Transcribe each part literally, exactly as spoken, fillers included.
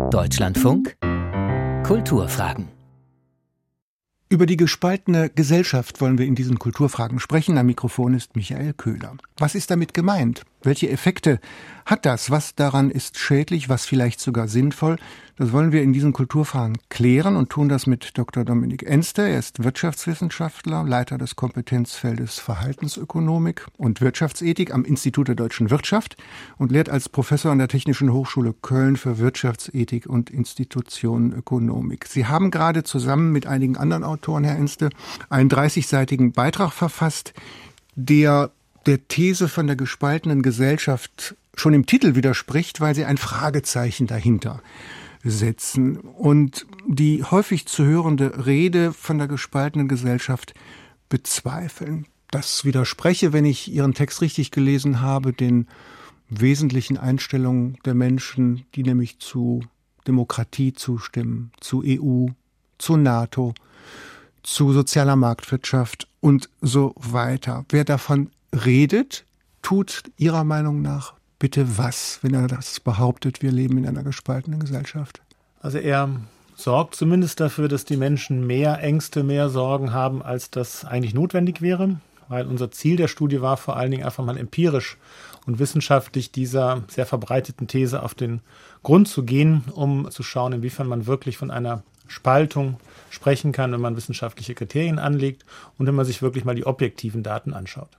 Deutschlandfunk Kulturfragen. Über die gespaltene Gesellschaft wollen wir in diesen Kulturfragen sprechen. Am Mikrofon ist Michael Köhler. Was ist damit gemeint? Welche Effekte hat das? Was daran ist schädlich? Was vielleicht sogar sinnvoll? Das wollen wir in diesen Kulturfragen klären und tun das mit Doktor Dominik Enster. Er ist Wirtschaftswissenschaftler, Leiter des Kompetenzfeldes Verhaltensökonomik und Wirtschaftsethik am Institut der Deutschen Wirtschaft und lehrt als Professor an der Technischen Hochschule Köln für Wirtschaftsethik und Institutionenökonomik. Sie haben gerade zusammen mit einigen anderen Autoren, Herr Enster, einen dreißigseitigen Beitrag verfasst, der der These von der gespaltenen Gesellschaft schon im Titel widerspricht, weil sie ein Fragezeichen dahinter setzen und die häufig zu hörende Rede von der gespaltenen Gesellschaft bezweifeln. Das widerspreche, wenn ich Ihren Text richtig gelesen habe, den wesentlichen Einstellungen der Menschen, die nämlich zu Demokratie zustimmen, zu E U, zu NATO, zu sozialer Marktwirtschaft und so weiter. Wer davon redet, tut Ihrer Meinung nach bitte was, wenn er das behauptet, wir leben in einer gespaltenen Gesellschaft? Also er sorgt zumindest dafür, dass die Menschen mehr Ängste, mehr Sorgen haben, als das eigentlich notwendig wäre, weil unser Ziel der Studie war vor allen Dingen einfach mal empirisch und wissenschaftlich dieser sehr verbreiteten These auf den Grund zu gehen, um zu schauen, inwiefern man wirklich von einer Spaltung sprechen kann, wenn man wissenschaftliche Kriterien anlegt und wenn man sich wirklich mal die objektiven Daten anschaut.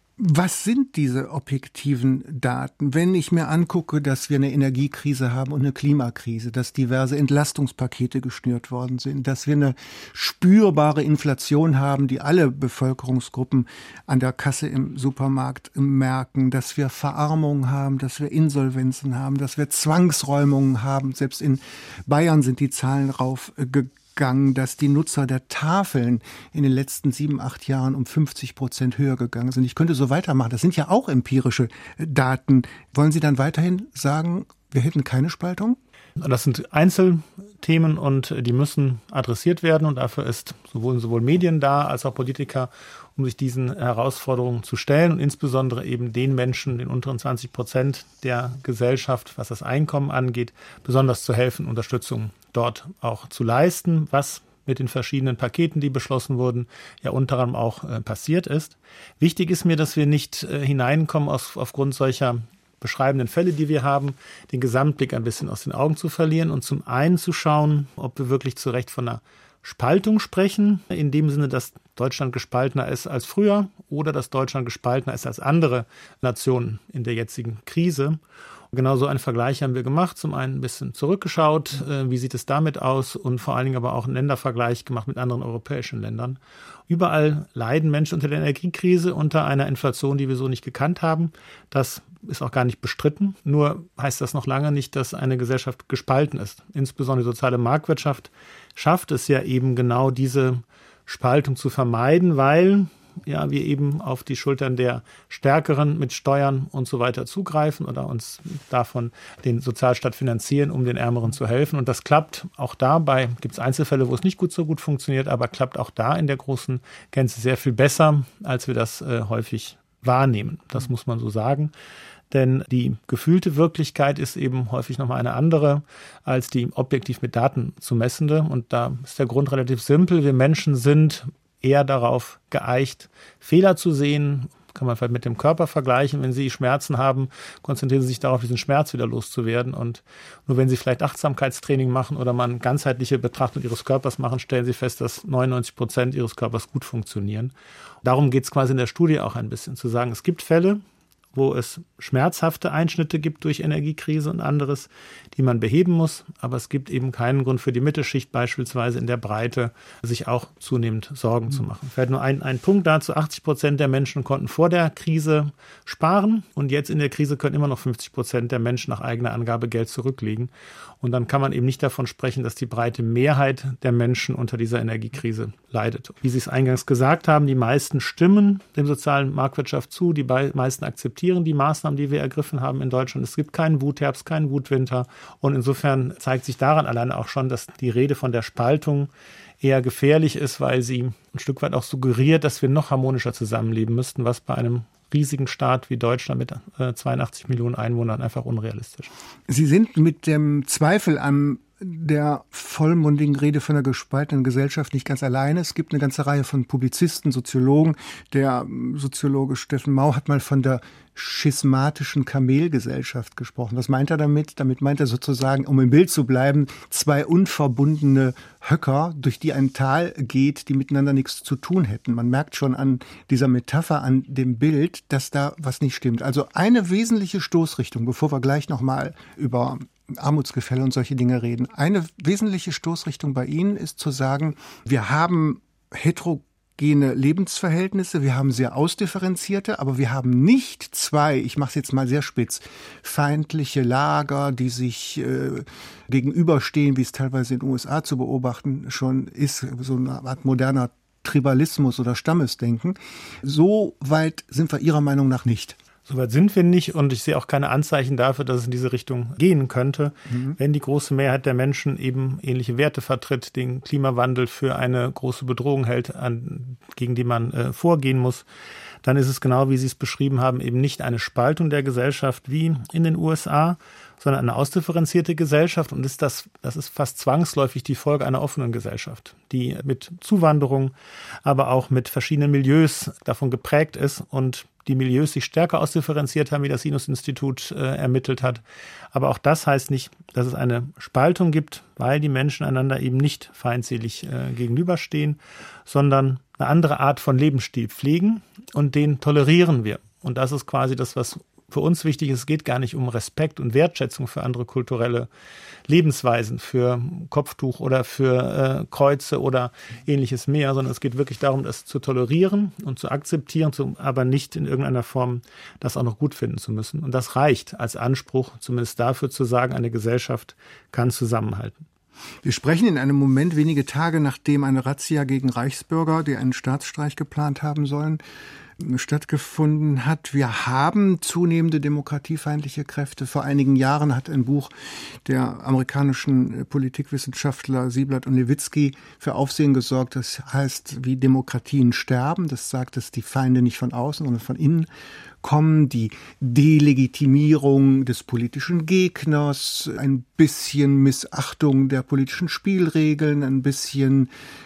Was sind diese objektiven Daten? Wenn ich mir angucke, dass wir eine Energiekrise haben und eine Klimakrise, dass diverse Entlastungspakete geschnürt worden sind, dass wir eine spürbare Inflation haben, die alle Bevölkerungsgruppen an der Kasse im Supermarkt merken, dass wir Verarmung haben, dass wir Insolvenzen haben, dass wir Zwangsräumungen haben. Selbst in Bayern sind die Zahlen raufgegangen. Dass die Nutzer der Tafeln in den letzten sieben, acht Jahren um fünfzig Prozent höher gegangen sind. Ich könnte so weitermachen. Das sind ja auch empirische Daten. Wollen Sie dann weiterhin sagen, wir hätten keine Spaltung? Das sind Einzelthemen und die müssen adressiert werden. Und dafür ist sowohl, sowohl Medien da als auch Politiker, um sich diesen Herausforderungen zu stellen und insbesondere eben den Menschen, den unteren zwanzig Prozent der Gesellschaft, was das Einkommen angeht, besonders zu helfen, Unterstützung dort auch zu leisten, was mit den verschiedenen Paketen, die beschlossen wurden, ja unter anderem auch äh, passiert ist. Wichtig ist mir, dass wir nicht äh, hineinkommen aus, aufgrund solcher beschreibenden Fälle, die wir haben, den Gesamtblick ein bisschen aus den Augen zu verlieren und zum einen zu schauen, ob wir wirklich zu Recht von einer Spaltung sprechen, in dem Sinne, dass Deutschland gespaltener ist als früher oder dass Deutschland gespaltener ist als andere Nationen in der jetzigen Krise. Genau so einen Vergleich haben wir gemacht. Zum einen ein bisschen zurückgeschaut, äh, wie sieht es damit aus und vor allen Dingen aber auch einen Ländervergleich gemacht mit anderen europäischen Ländern. Überall leiden Menschen unter der Energiekrise, unter einer Inflation, die wir so nicht gekannt haben. Das ist auch gar nicht bestritten. Nur heißt das noch lange nicht, dass eine Gesellschaft gespalten ist. Insbesondere die soziale Marktwirtschaft schafft es ja eben genau, diese Spaltung zu vermeiden, weil ja, wir eben auf die Schultern der Stärkeren mit Steuern und so weiter zugreifen oder uns davon den Sozialstaat finanzieren, um den Ärmeren zu helfen. Und das klappt auch dabei. Gibt es Einzelfälle, wo es nicht gut so gut funktioniert, aber klappt auch da in der großen Gänze sehr viel besser, als wir das äh, häufig wahrnehmen. Das muss man so sagen. Denn die gefühlte Wirklichkeit ist eben häufig nochmal eine andere als die objektiv mit Daten zu messende. Und da ist der Grund relativ simpel. Wir Menschen sind eher darauf geeicht, Fehler zu sehen. Kann man vielleicht mit dem Körper vergleichen. Wenn Sie Schmerzen haben, konzentrieren Sie sich darauf, diesen Schmerz wieder loszuwerden. Und nur wenn Sie vielleicht Achtsamkeitstraining machen oder mal eine ganzheitliche Betrachtung Ihres Körpers machen, stellen Sie fest, dass neunundneunzig Prozent Ihres Körpers gut funktionieren. Darum geht es quasi in der Studie auch ein bisschen, zu sagen, es gibt Fälle, wo es schmerzhafte Einschnitte gibt durch Energiekrise und anderes, die man beheben muss. Aber es gibt eben keinen Grund für die Mittelschicht beispielsweise in der Breite, sich auch zunehmend Sorgen mhm. zu machen. Vielleicht nur ein, ein Punkt dazu. achtzig Prozent der Menschen konnten vor der Krise sparen und jetzt in der Krise können immer noch fünfzig Prozent der Menschen nach eigener Angabe Geld zurücklegen. Und dann kann man eben nicht davon sprechen, dass die breite Mehrheit der Menschen unter dieser Energiekrise leidet. Wie Sie es eingangs gesagt haben, die meisten stimmen dem sozialen Marktwirtschaft zu, die meisten akzeptieren die Maßnahmen, die wir ergriffen haben in Deutschland. Es gibt keinen Wutherbst, keinen Wutwinter. Und insofern zeigt sich daran alleine auch schon, dass die Rede von der Spaltung eher gefährlich ist, weil sie ein Stück weit auch suggeriert, dass wir noch harmonischer zusammenleben müssten, was bei einem riesigen Staat wie Deutschland mit äh, zweiundachtzig Millionen Einwohnern einfach unrealistisch. Sie sind mit dem Zweifel an der vollmundigen Rede von einer gespaltenen Gesellschaft nicht ganz alleine. Es gibt eine ganze Reihe von Publizisten, Soziologen. Der Soziologe Steffen Mau hat mal von der schismatischen Kamelgesellschaft gesprochen. Was meint er damit? Damit meint er sozusagen, um im Bild zu bleiben, zwei unverbundene Höcker, durch die ein Tal geht, die miteinander nichts zu tun hätten. Man merkt schon an dieser Metapher, an dem Bild, dass da was nicht stimmt. Also eine wesentliche Stoßrichtung, bevor wir gleich nochmal über Armutsgefälle und solche Dinge reden. Eine wesentliche Stoßrichtung bei Ihnen ist zu sagen, wir haben heterogene Lebensverhältnisse, wir haben sehr ausdifferenzierte, aber wir haben nicht zwei, ich mache es jetzt mal sehr spitz, feindliche Lager, die sich äh, gegenüberstehen, wie es teilweise in den U S A zu beobachten schon ist, so eine Art moderner Tribalismus oder Stammesdenken. So weit sind wir Ihrer Meinung nach nicht. Soweit sind wir nicht und ich sehe auch keine Anzeichen dafür, dass es in diese Richtung gehen könnte, mhm. wenn die große Mehrheit der Menschen eben ähnliche Werte vertritt, den Klimawandel für eine große Bedrohung hält, an, gegen die man äh, vorgehen muss. Dann ist es genau, wie Sie es beschrieben haben, eben nicht eine Spaltung der Gesellschaft wie in den U S A, sondern eine ausdifferenzierte Gesellschaft. Und ist das, das ist fast zwangsläufig die Folge einer offenen Gesellschaft, die mit Zuwanderung, aber auch mit verschiedenen Milieus davon geprägt ist und die Milieus sich stärker ausdifferenziert haben, wie das Sinus-Institut äh, ermittelt hat. Aber auch das heißt nicht, dass es eine Spaltung gibt, weil die Menschen einander eben nicht feindselig äh, gegenüberstehen, sondern eine andere Art von Lebensstil pflegen und den tolerieren wir. Und das ist quasi das, was für uns wichtig ist. Es geht gar nicht um Respekt und Wertschätzung für andere kulturelle Lebensweisen, für Kopftuch oder für äh, Kreuze oder ähnliches mehr, sondern es geht wirklich darum, das zu tolerieren und zu akzeptieren, zu, aber nicht in irgendeiner Form das auch noch gut finden zu müssen. Und das reicht als Anspruch, zumindest dafür zu sagen, eine Gesellschaft kann zusammenhalten. Wir sprechen in einem Moment wenige Tage, nachdem eine Razzia gegen Reichsbürger, die einen Staatsstreich geplant haben sollen, stattgefunden hat. Wir haben zunehmende demokratiefeindliche Kräfte. Vor einigen Jahren hat ein Buch der amerikanischen Politikwissenschaftler Sieblatt und Levitsky für Aufsehen gesorgt. Das heißt, wie Demokratien sterben. Das sagt, dass die Feinde nicht von außen, sondern von innen kommen, die Delegitimierung des politischen Gegners, ein bisschen Missachtung der politischen Spielregeln, ein bisschen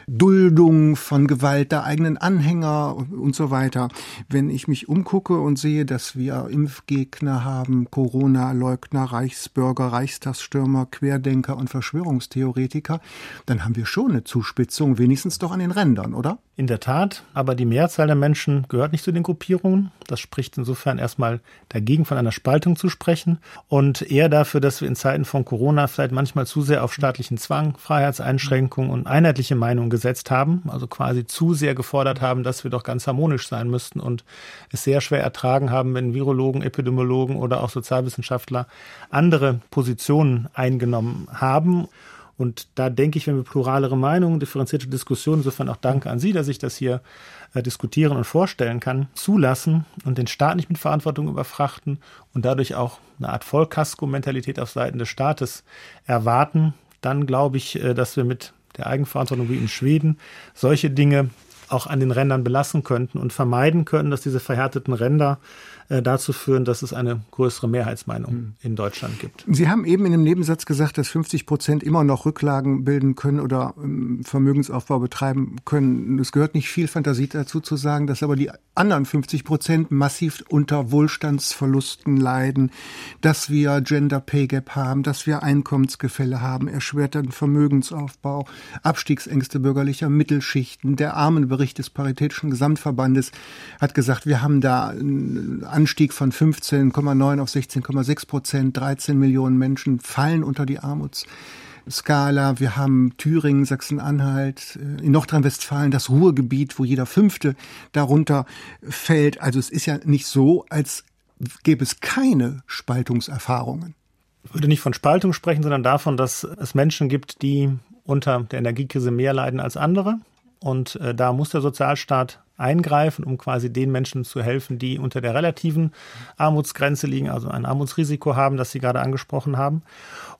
Duldung von Gewalt der eigenen Anhänger und so weiter. Wenn ich mich umgucke und sehe, dass wir Impfgegner haben, Corona-Leugner, Reichsbürger, Reichstagsstürmer, Querdenker und Verschwörungstheoretiker, dann haben wir schon eine Zuspitzung, wenigstens doch an den Rändern, oder? In der Tat, aber die Mehrzahl der Menschen gehört nicht zu den Gruppierungen. Das spricht insofern erstmal dagegen, von einer Spaltung zu sprechen und eher dafür, dass wir in Zeiten von Corona vielleicht manchmal zu sehr auf staatlichen Zwang, Freiheitseinschränkungen und einheitliche Meinungen gesetzt haben, also quasi zu sehr gefordert haben, dass wir doch ganz harmonisch sein müssten und es sehr schwer ertragen haben, wenn Virologen, Epidemiologen oder auch Sozialwissenschaftler andere Positionen eingenommen haben. Und da denke ich, wenn wir pluralere Meinungen, differenzierte Diskussionen, insofern auch danke an Sie, dass ich das hier äh, diskutieren und vorstellen kann, zulassen und den Staat nicht mit Verantwortung überfrachten und dadurch auch eine Art Vollkasko-Mentalität auf Seiten des Staates erwarten, dann glaube ich, äh, dass wir mit der Eigenverantwortung wie in Schweden solche Dinge auch an den Rändern belassen könnten und vermeiden können, dass diese verhärteten Ränder äh, dazu führen, dass es eine größere Mehrheitsmeinung hm. in Deutschland gibt. Sie haben eben in dem Nebensatz gesagt, dass fünfzig Prozent immer noch Rücklagen bilden können oder ähm, Vermögensaufbau betreiben können. Es gehört nicht viel Fantasie dazu zu sagen, dass aber die anderen fünfzig Prozent massiv unter Wohlstandsverlusten leiden, dass wir Gender Pay Gap haben, dass wir Einkommensgefälle haben, erschwerten Vermögensaufbau, Abstiegsängste bürgerlicher Mittelschichten. Der Armenbericht des Paritätischen Gesamtverbandes hat gesagt, wir haben da einen Anstieg von fünfzehn Komma neun auf sechzehn Komma sechs Prozent, dreizehn Millionen Menschen fallen unter die Armutsskala. Wir haben Thüringen, Sachsen-Anhalt, in Nordrhein-Westfalen das Ruhrgebiet, wo jeder Fünfte darunter fällt. Also es ist ja nicht so, als gäbe es keine Spaltungserfahrungen. Ich würde nicht von Spaltung sprechen, sondern davon, dass es Menschen gibt, die unter der Energiekrise mehr leiden als andere. Und äh, da muss der Sozialstaat eingreifen, um quasi den Menschen zu helfen, die unter der relativen Armutsgrenze liegen, also ein Armutsrisiko haben, das Sie gerade angesprochen haben.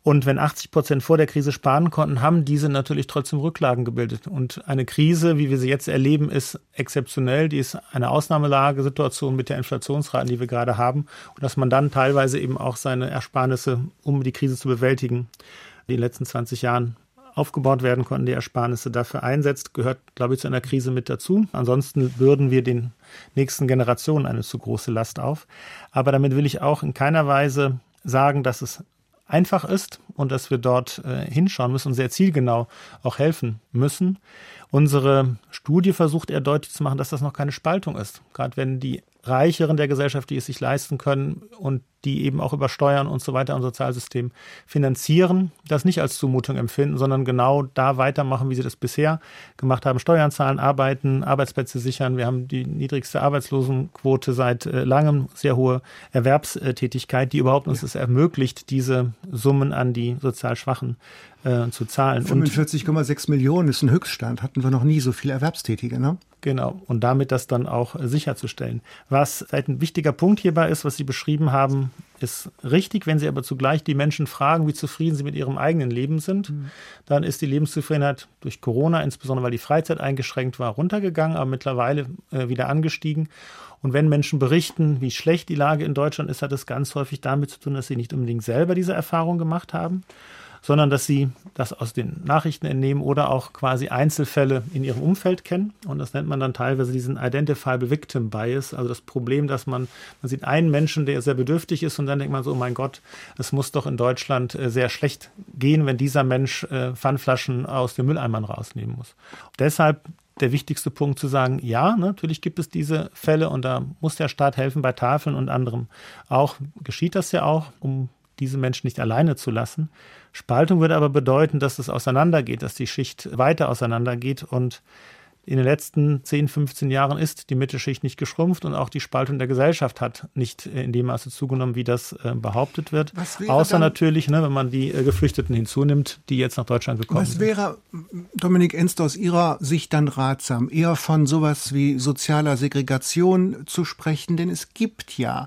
Und wenn achtzig Prozent vor der Krise sparen konnten, haben diese natürlich trotzdem Rücklagen gebildet. Und eine Krise, wie wir sie jetzt erleben, ist exzeptionell. Die ist eine Ausnahmelagesituation mit der Inflationsraten, die wir gerade haben. Und dass man dann teilweise eben auch seine Ersparnisse, um die Krise zu bewältigen, die in den letzten zwanzig Jahren aufgebaut werden konnten, die Ersparnisse dafür einsetzt, gehört, glaube ich, zu einer Krise mit dazu. Ansonsten bürden wir den nächsten Generationen eine zu große Last auf. Aber damit will ich auch in keiner Weise sagen, dass es einfach ist und dass wir dort äh, hinschauen müssen und sehr zielgenau auch helfen müssen. Unsere Studie versucht eher deutlich zu machen, dass das noch keine Spaltung ist. Gerade wenn die Reicheren der Gesellschaft, die es sich leisten können und die eben auch über Steuern und so weiter und Sozialsystem finanzieren, das nicht als Zumutung empfinden, sondern genau da weitermachen, wie sie das bisher gemacht haben. Steuern zahlen, arbeiten, Arbeitsplätze sichern. Wir haben die niedrigste Arbeitslosenquote seit äh, langem, sehr hohe Erwerbstätigkeit, die überhaupt uns es ermöglicht, diese Summen an die sozial Schwachen äh, zu zahlen. fünfundvierzig Komma sechs Millionen ist ein Höchststand. Hatten wir noch nie so viele Erwerbstätige, ne? Genau, und damit das dann auch sicherzustellen. Was vielleicht ein wichtiger Punkt hierbei ist, was Sie beschrieben haben, ist richtig. Wenn Sie aber zugleich die Menschen fragen, wie zufrieden sie mit ihrem eigenen Leben sind, mhm. dann ist die Lebenszufriedenheit durch Corona, insbesondere weil die Freizeit eingeschränkt war, runtergegangen, aber mittlerweile äh, wieder angestiegen. Und wenn Menschen berichten, wie schlecht die Lage in Deutschland ist, hat es ganz häufig damit zu tun, dass sie nicht unbedingt selber diese Erfahrung gemacht haben, sondern dass sie das aus den Nachrichten entnehmen oder auch quasi Einzelfälle in ihrem Umfeld kennen. Und das nennt man dann teilweise diesen Identifiable Victim Bias, also das Problem, dass man, man sieht einen Menschen, der sehr bedürftig ist und dann denkt man so, oh mein Gott, es muss doch in Deutschland sehr schlecht gehen, wenn dieser Mensch äh, Pfandflaschen aus den Mülleimern rausnehmen muss. Deshalb der wichtigste Punkt zu sagen, ja, natürlich gibt es diese Fälle und da muss der Staat helfen bei Tafeln und anderem. Auch geschieht das ja auch, um diese Menschen nicht alleine zu lassen. Spaltung würde aber bedeuten, dass es auseinandergeht, dass die Schicht weiter auseinandergeht. Und in den letzten zehn, fünfzehn Jahren ist die Mittelschicht nicht geschrumpft und auch die Spaltung der Gesellschaft hat nicht in dem Maße zugenommen, wie das äh, behauptet wird. Außer natürlich, ne, wenn man die äh, Geflüchteten hinzunimmt, die jetzt nach Deutschland gekommen sind. Was wäre, Dominik Enst, aus Ihrer Sicht dann ratsam, eher von sowas wie sozialer Segregation zu sprechen? Denn es gibt ja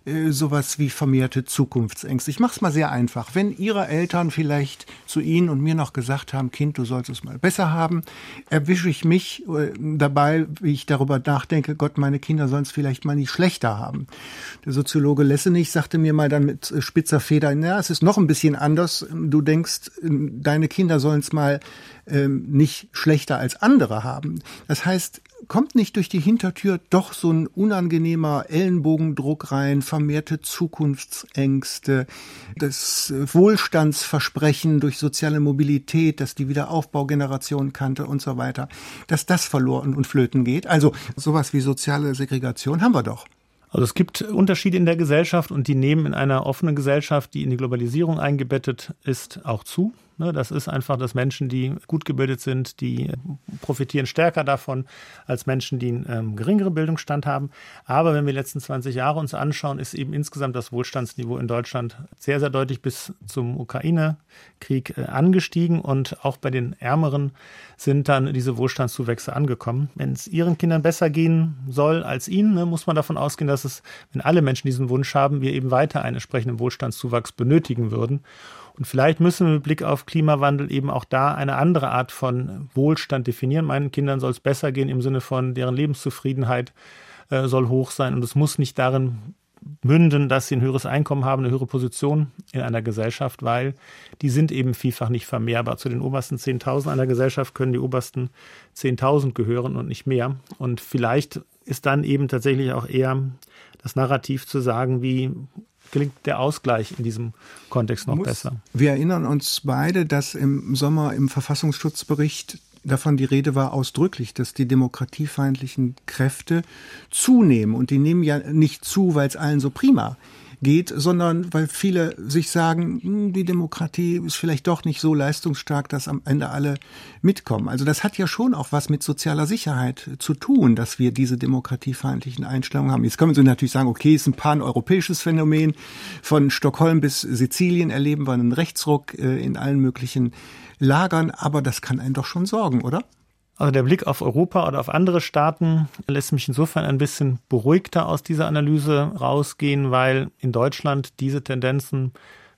sowas wie vermehrte Zukunftsängste. Ich mache es mal sehr einfach. Wenn Ihre Eltern vielleicht zu Ihnen und mir noch gesagt haben, Kind, du sollst es mal besser haben, erwische ich mich dabei, wie ich darüber nachdenke, Gott, meine Kinder sollen es vielleicht mal nicht schlechter haben. Der Soziologe Lessenich sagte mir mal dann mit spitzer Feder, na, es ist noch ein bisschen anders. Du denkst, deine Kinder sollen es mal ähm, nicht schlechter als andere haben. Das heißt, kommt nicht durch die Hintertür doch so ein unangenehmer Ellenbogendruck rein, vermehrte Zukunftsängste, das Wohlstandsversprechen durch soziale Mobilität, dass die Wiederaufbaugeneration kannte und so weiter, dass das verloren und flöten geht? Also sowas wie soziale Segregation haben wir doch. Also es gibt Unterschiede in der Gesellschaft und die nehmen in einer offenen Gesellschaft, die in die Globalisierung eingebettet ist, auch zu. Das ist einfach, dass Menschen, die gut gebildet sind, die profitieren stärker davon als Menschen, die einen ähm, geringeren Bildungsstand haben. Aber wenn wir die letzten zwanzig Jahre uns anschauen, ist eben insgesamt das Wohlstandsniveau in Deutschland sehr, sehr deutlich bis zum Ukraine-Krieg äh, angestiegen. Und auch bei den Ärmeren sind dann diese Wohlstandszuwächse angekommen. Wenn es ihren Kindern besser gehen soll als ihnen, ne, muss man davon ausgehen, dass es, wenn alle Menschen diesen Wunsch haben, wir eben weiter einen entsprechenden Wohlstandszuwachs benötigen würden. Und vielleicht müssen wir mit Blick auf Klimawandel eben auch da eine andere Art von Wohlstand definieren. Meinen Kindern soll es besser gehen im Sinne von, deren Lebenszufriedenheit äh, soll hoch sein. Und es muss nicht darin münden, dass sie ein höheres Einkommen haben, eine höhere Position in einer Gesellschaft, weil die sind eben vielfach nicht vermehrbar. Zu den obersten zehntausend einer Gesellschaft können die obersten zehntausend gehören und nicht mehr. Und vielleicht ist dann eben tatsächlich auch eher das Narrativ zu sagen, wie gelingt der Ausgleich in diesem Kontext noch Muss, besser. Wir erinnern uns beide, dass im Sommer im Verfassungsschutzbericht davon die Rede war ausdrücklich, dass die demokratiefeindlichen Kräfte zunehmen. Und die nehmen ja nicht zu, weil es allen so prima geht, sondern weil viele sich sagen, die Demokratie ist vielleicht doch nicht so leistungsstark, dass am Ende alle mitkommen. Also das hat ja schon auch was mit sozialer Sicherheit zu tun, dass wir diese demokratiefeindlichen Einstellungen haben. Jetzt können Sie natürlich sagen, okay, es ist ein paneuropäisches Phänomen. Von Stockholm bis Sizilien erleben wir einen Rechtsruck in allen möglichen Lagern, aber das kann einen doch schon sorgen, oder? Also der Blick auf Europa oder auf andere Staaten lässt mich insofern ein bisschen beruhigter aus dieser Analyse rausgehen, weil in Deutschland diese Tendenzen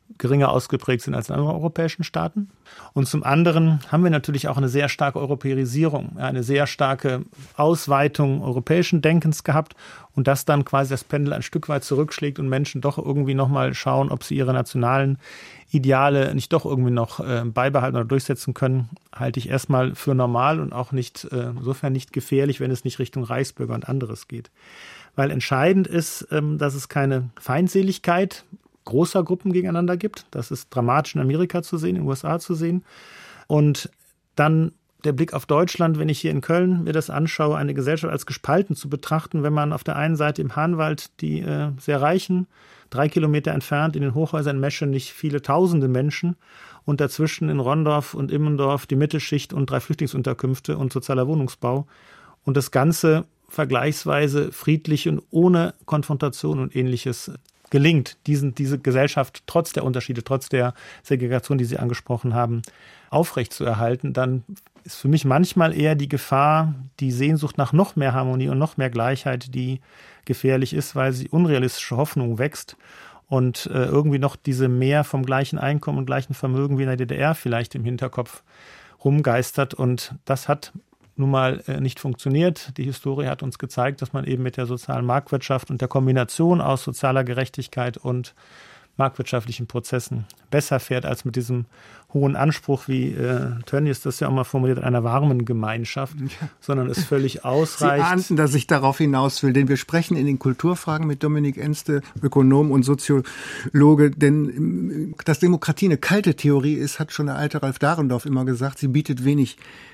geringer ausgeprägt sind als in anderen europäischen Staaten. Und zum anderen haben wir natürlich auch eine sehr starke Europäisierung, eine sehr starke Ausweitung europäischen Denkens gehabt und das dann quasi das Pendel ein Stück weit zurückschlägt und Menschen doch irgendwie nochmal schauen, ob sie ihre nationalen Ideale nicht doch irgendwie noch äh, beibehalten oder durchsetzen können, halte ich erstmal für normal und auch nicht, äh, insofern nicht gefährlich, wenn es nicht Richtung Reichsbürger und anderes geht. Weil entscheidend ist, ähm, dass es keine Feindseligkeit großer Gruppen gegeneinander gibt. Das ist dramatisch in Amerika zu sehen, in den U S A zu sehen. Und dann der Blick auf Deutschland, wenn ich hier in Köln mir das anschaue, eine Gesellschaft als gespalten zu betrachten, wenn man auf der einen Seite im Hahnwald die äh, sehr Reichen, drei Kilometer entfernt in den Hochhäusern in Meschen nicht viele tausende Menschen und dazwischen in Rondorf und Immendorf die Mittelschicht und drei Flüchtlingsunterkünfte und sozialer Wohnungsbau und das Ganze vergleichsweise friedlich und ohne Konfrontation und Ähnliches gelingt, diesen, diese Gesellschaft trotz der Unterschiede, trotz der Segregation, die Sie angesprochen haben, aufrechtzuerhalten, dann ist für mich manchmal eher die Gefahr, die Sehnsucht nach noch mehr Harmonie und noch mehr Gleichheit, die gefährlich ist, weil sie unrealistische Hoffnung wächst und äh, irgendwie noch diese mehr vom gleichen Einkommen und gleichen Vermögen wie in der D D R vielleicht im Hinterkopf rumgeistert. Und das hat nun mal äh, nicht funktioniert. Die Historie hat uns gezeigt, dass man eben mit der sozialen Marktwirtschaft und der Kombination aus sozialer Gerechtigkeit und marktwirtschaftlichen Prozessen besser fährt als mit diesem hohen Anspruch, wie äh, Tönnies das ja auch mal formuliert, einer warmen Gemeinschaft, ja. Sondern es völlig ausreicht. Sie ahnten, dass ich darauf hinaus will, denn wir sprechen in den Kulturfragen mit Dominik Enste, Ökonom und Soziologe, denn dass Demokratie eine kalte Theorie ist, hat schon der alte Ralf Dahrendorf immer gesagt, sie bietet wenig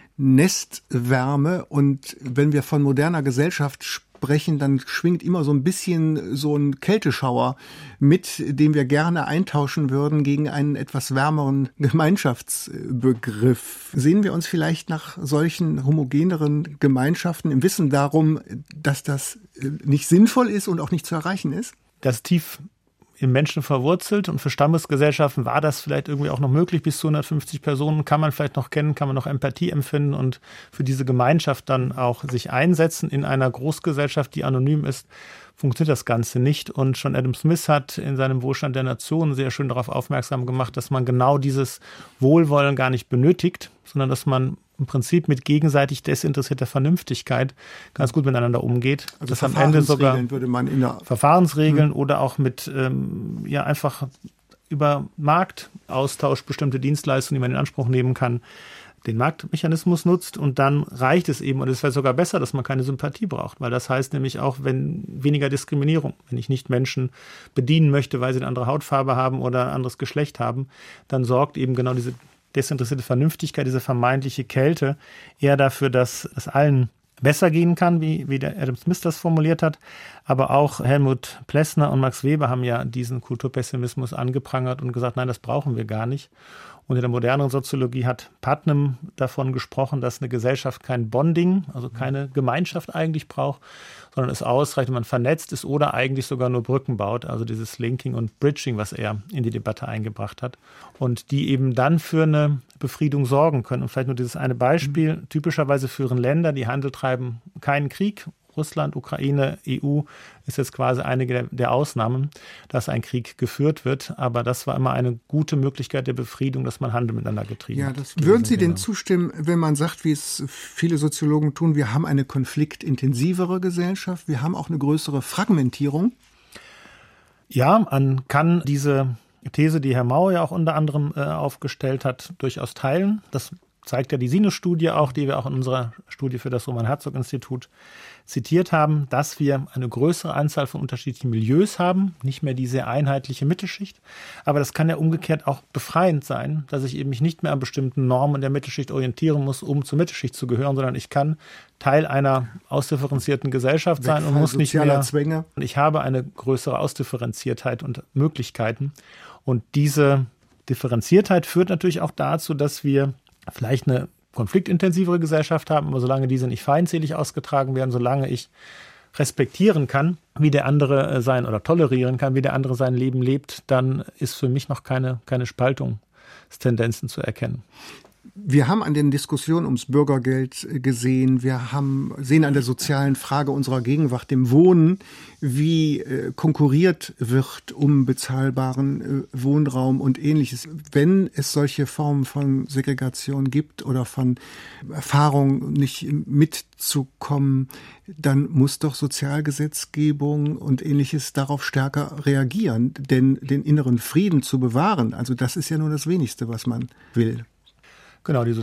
Nestwärme und wenn wir von moderner Gesellschaft sprechen, dann schwingt immer so ein bisschen so ein Kälteschauer mit, den wir gerne eintauschen würden gegen einen etwas wärmeren Gemeinschaftsbegriff. Sehen wir uns vielleicht nach solchen homogeneren Gemeinschaften im Wissen darum, dass das nicht sinnvoll ist und auch nicht zu erreichen ist? Das tief im Menschen verwurzelt und für Stammesgesellschaften war das vielleicht irgendwie auch noch möglich. Bis zu hundertfünfzig Personen kann man vielleicht noch kennen, kann man noch Empathie empfinden und für diese Gemeinschaft dann auch sich einsetzen. In einer Großgesellschaft, die anonym ist, funktioniert das Ganze nicht. Und schon Adam Smith hat in seinem Wohlstand der Nation sehr schön darauf aufmerksam gemacht, dass man genau dieses Wohlwollen gar nicht benötigt, sondern dass man im Prinzip mit gegenseitig desinteressierter Vernünftigkeit ganz gut miteinander umgeht. Also das am Ende sogar würde man in der Verfahrensregeln hm. oder auch mit ähm, ja einfach über Marktaustausch bestimmte Dienstleistungen, die man in Anspruch nehmen kann, den Marktmechanismus nutzt und dann reicht es eben und es wäre sogar besser, dass man keine Sympathie braucht, weil das heißt nämlich auch, wenn weniger Diskriminierung, wenn ich nicht Menschen bedienen möchte, weil sie eine andere Hautfarbe haben oder ein anderes Geschlecht haben, dann sorgt eben genau diese desinteressierte Vernünftigkeit, diese vermeintliche Kälte eher dafür, dass es allen besser gehen kann, wie, wie der Adam Smith das formuliert hat. Aber auch Helmut Plessner und Max Weber haben ja diesen Kulturpessimismus angeprangert und gesagt, nein, das brauchen wir gar nicht. Und in der moderneren Soziologie hat Putnam davon gesprochen, dass eine Gesellschaft kein Bonding, also keine Gemeinschaft eigentlich braucht, sondern es ausreicht, wenn man vernetzt ist oder eigentlich sogar nur Brücken baut, also dieses Linking und Bridging, was er in die Debatte eingebracht hat. Und die eben dann für eine Befriedung sorgen können. Und vielleicht nur dieses eine Beispiel. Mhm. Typischerweise führen Länder, die Handel treiben, keinen Krieg. Russland, Ukraine, E U ist jetzt quasi einige der Ausnahmen, dass ein Krieg geführt wird. Aber das war immer eine gute Möglichkeit der Befriedung, dass man Handel miteinander getrieben ja, hat. Das würden Sie denn zustimmen, wenn man sagt, wie es viele Soziologen tun, wir haben eine konfliktintensivere Gesellschaft, wir haben auch eine größere Fragmentierung? Ja, man kann diese These, die Herr Mau ja auch unter anderem äh, aufgestellt hat, durchaus teilen. Das zeigt ja die Sinus-Studie auch, die wir auch in unserer Studie für das Roman-Herzog-Institut zitiert haben, dass wir eine größere Anzahl von unterschiedlichen Milieus haben, nicht mehr diese einheitliche Mittelschicht. Aber das kann ja umgekehrt auch befreiend sein, dass ich eben mich nicht mehr an bestimmten Normen der Mittelschicht orientieren muss, um zur Mittelschicht zu gehören, sondern ich kann Teil einer ausdifferenzierten Gesellschaft sein und muss nicht mehr. Zwänge. Ich habe eine größere Ausdifferenziertheit und Möglichkeiten. Und diese Differenziertheit führt natürlich auch dazu, dass wir vielleicht eine konfliktintensivere Gesellschaft haben, aber solange diese nicht feindselig ausgetragen werden, solange ich respektieren kann, wie der andere sein oder tolerieren kann, wie der andere sein Leben lebt, dann ist für mich noch keine, keine Spaltungstendenzen zu erkennen. Wir haben an den Diskussionen ums Bürgergeld gesehen, wir haben, sehen an der sozialen Frage unserer Gegenwart, dem Wohnen, wie äh, konkurriert wird um bezahlbaren äh, Wohnraum und Ähnliches. Wenn es solche Formen von Segregation gibt oder von Erfahrung nicht mitzukommen, dann muss doch Sozialgesetzgebung und Ähnliches darauf stärker reagieren, denn den inneren Frieden zu bewahren, also das ist ja nur das Wenigste, was man will. Genau, die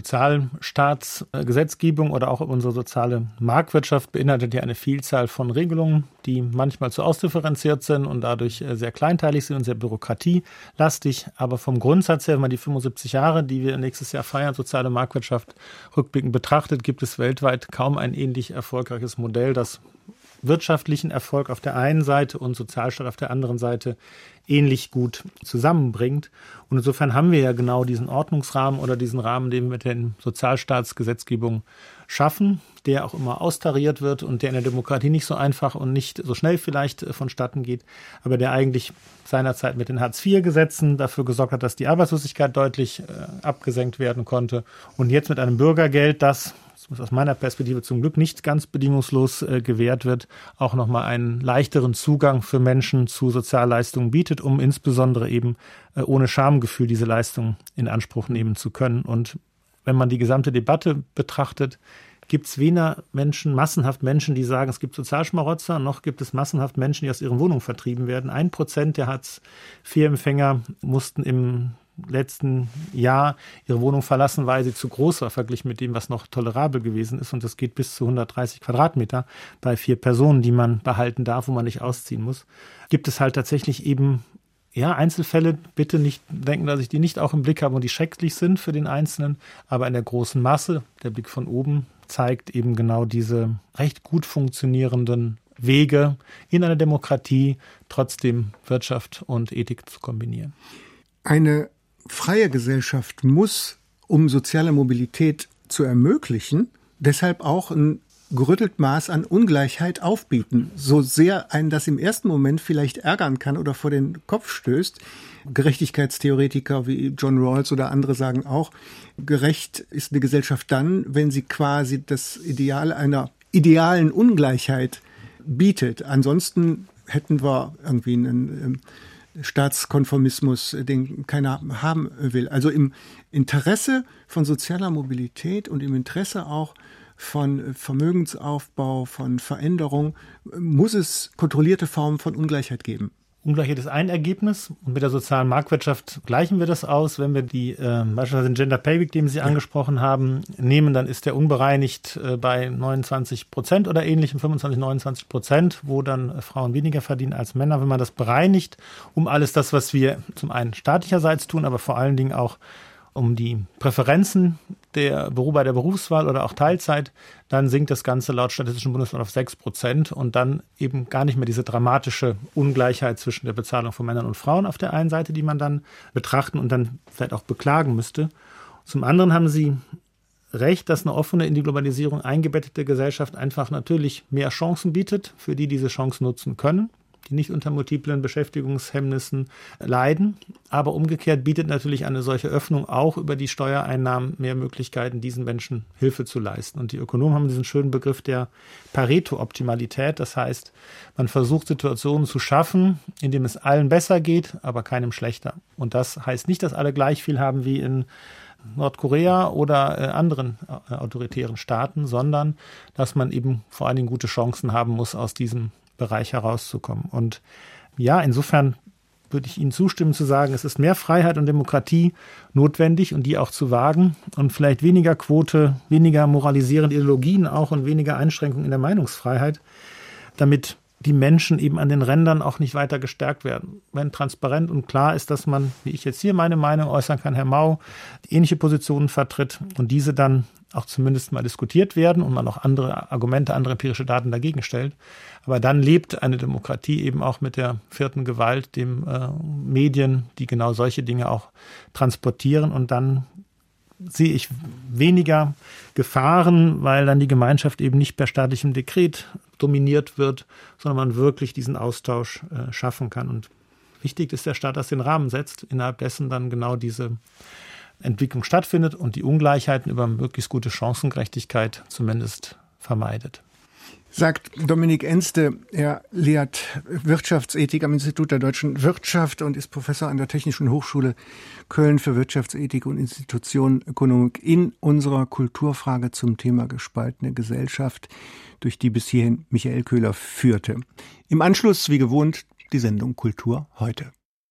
Sozialstaatsgesetzgebung oder auch unsere soziale Marktwirtschaft beinhaltet ja eine Vielzahl von Regelungen, die manchmal zu ausdifferenziert sind und dadurch sehr kleinteilig sind und sehr bürokratielastig. Aber vom Grundsatz her, wenn man die fünfundsiebzig Jahre, die wir nächstes Jahr feiern, soziale Marktwirtschaft rückblickend betrachtet, gibt es weltweit kaum ein ähnlich erfolgreiches Modell, das wirtschaftlichen Erfolg auf der einen Seite und Sozialstaat auf der anderen Seite ähnlich gut zusammenbringt. Und insofern haben wir ja genau diesen Ordnungsrahmen oder diesen Rahmen, den wir mit der Sozialstaatsgesetzgebung schaffen, der auch immer austariert wird und der in der Demokratie nicht so einfach und nicht so schnell vielleicht vonstatten geht, aber der eigentlich seinerzeit mit den Hartz vier Gesetzen dafür gesorgt hat, dass die Arbeitslosigkeit deutlich äh, abgesenkt werden konnte. Und jetzt mit einem Bürgergeld, das was aus meiner Perspektive zum Glück nicht ganz bedingungslos äh, gewährt wird, auch nochmal einen leichteren Zugang für Menschen zu Sozialleistungen bietet, um insbesondere eben äh, ohne Schamgefühl diese Leistungen in Anspruch nehmen zu können. Und wenn man die gesamte Debatte betrachtet, gibt es weder Menschen, massenhaft Menschen, die sagen, es gibt Sozialschmarotzer, noch gibt es massenhaft Menschen, die aus ihren Wohnungen vertrieben werden. Ein Prozent der Hartz vier Empfänger mussten im letzten Jahr ihre Wohnung verlassen, weil sie zu groß war, verglichen mit dem, was noch tolerabel gewesen ist. Und das geht bis zu hundertdreißig Quadratmeter bei vier Personen, die man behalten darf, wo man nicht ausziehen muss. Gibt es halt tatsächlich eben ja, Einzelfälle, bitte nicht denken, dass ich die nicht auch im Blick habe und die schrecklich sind für den Einzelnen, aber in der großen Masse, der Blick von oben, zeigt eben genau diese recht gut funktionierenden Wege in einer Demokratie, trotzdem Wirtschaft und Ethik zu kombinieren. Eine freie Gesellschaft muss, um soziale Mobilität zu ermöglichen, deshalb auch ein gerüttelt Maß an Ungleichheit aufbieten. So sehr einen das im ersten Moment vielleicht ärgern kann oder vor den Kopf stößt. Gerechtigkeitstheoretiker wie John Rawls oder andere sagen auch, gerecht ist eine Gesellschaft dann, wenn sie quasi das Ideal einer idealen Ungleichheit bietet. Ansonsten hätten wir irgendwie einen Staatskonformismus, den keiner haben will. Also im Interesse von sozialer Mobilität und im Interesse auch von Vermögensaufbau, von Veränderung, muss es kontrollierte Formen von Ungleichheit geben. Ungleichheit ist ein Ergebnis und mit der sozialen Marktwirtschaft gleichen wir das aus. Wenn wir die äh, beispielsweise den Gender Pay Week, den Sie ja angesprochen haben, nehmen, dann ist der unbereinigt äh, bei neunundzwanzig Prozent oder ähnlichem, fünfundzwanzig, neunundzwanzig Prozent, wo dann äh, Frauen weniger verdienen als Männer. Wenn man das bereinigt, um alles das, was wir zum einen staatlicherseits tun, aber vor allen Dingen auch um die Präferenzen der bei der Berufswahl oder auch Teilzeit, dann sinkt das Ganze laut Statistischen Bundesamt auf sechs Prozent und dann eben gar nicht mehr diese dramatische Ungleichheit zwischen der Bezahlung von Männern und Frauen auf der einen Seite, die man dann betrachten und dann vielleicht auch beklagen müsste. Zum anderen haben Sie recht, dass eine offene, in die Globalisierung eingebettete Gesellschaft einfach natürlich mehr Chancen bietet, für die diese Chancen nutzen können, die nicht unter multiplen Beschäftigungshemmnissen leiden. Aber umgekehrt bietet natürlich eine solche Öffnung auch über die Steuereinnahmen mehr Möglichkeiten, diesen Menschen Hilfe zu leisten. Und die Ökonomen haben diesen schönen Begriff der Pareto-Optimalität. Das heißt, man versucht Situationen zu schaffen, in denen es allen besser geht, aber keinem schlechter. Und das heißt nicht, dass alle gleich viel haben wie in Nordkorea oder äh, anderen äh, autoritären Staaten, sondern dass man eben vor allen Dingen gute Chancen haben muss, aus diesem Bereich herauszukommen. Und ja, insofern würde ich Ihnen zustimmen zu sagen, es ist mehr Freiheit und Demokratie notwendig und die auch zu wagen und vielleicht weniger Quote, weniger moralisierende Ideologien auch und weniger Einschränkungen in der Meinungsfreiheit, damit die Menschen eben an den Rändern auch nicht weiter gestärkt werden. Wenn transparent und klar ist, dass man, wie ich jetzt hier meine Meinung äußern kann, Herr Mau, ähnliche Positionen vertritt und diese dann auch zumindest mal diskutiert werden und man auch andere Argumente, andere empirische Daten dagegen stellt. Aber dann lebt eine Demokratie eben auch mit der vierten Gewalt, dem äh, Medien, die genau solche Dinge auch transportieren. Und dann sehe ich weniger Gefahren, weil dann die Gemeinschaft eben nicht per staatlichem Dekret dominiert wird, sondern man wirklich diesen Austausch äh, schaffen kann. Und wichtig ist der Staat, dass den Rahmen setzt, innerhalb dessen dann genau diese Entwicklung stattfindet und die Ungleichheiten über möglichst gute Chancengerechtigkeit zumindest vermeidet. Sagt Dominik Enste. Er lehrt Wirtschaftsethik am Institut der deutschen Wirtschaft und ist Professor an der Technischen Hochschule Köln für Wirtschaftsethik und Institutionenökonomik in unserer Kulturfrage zum Thema gespaltene Gesellschaft, durch die bis hierhin Michael Köhler führte. Im Anschluss, wie gewohnt, die Sendung Kultur heute.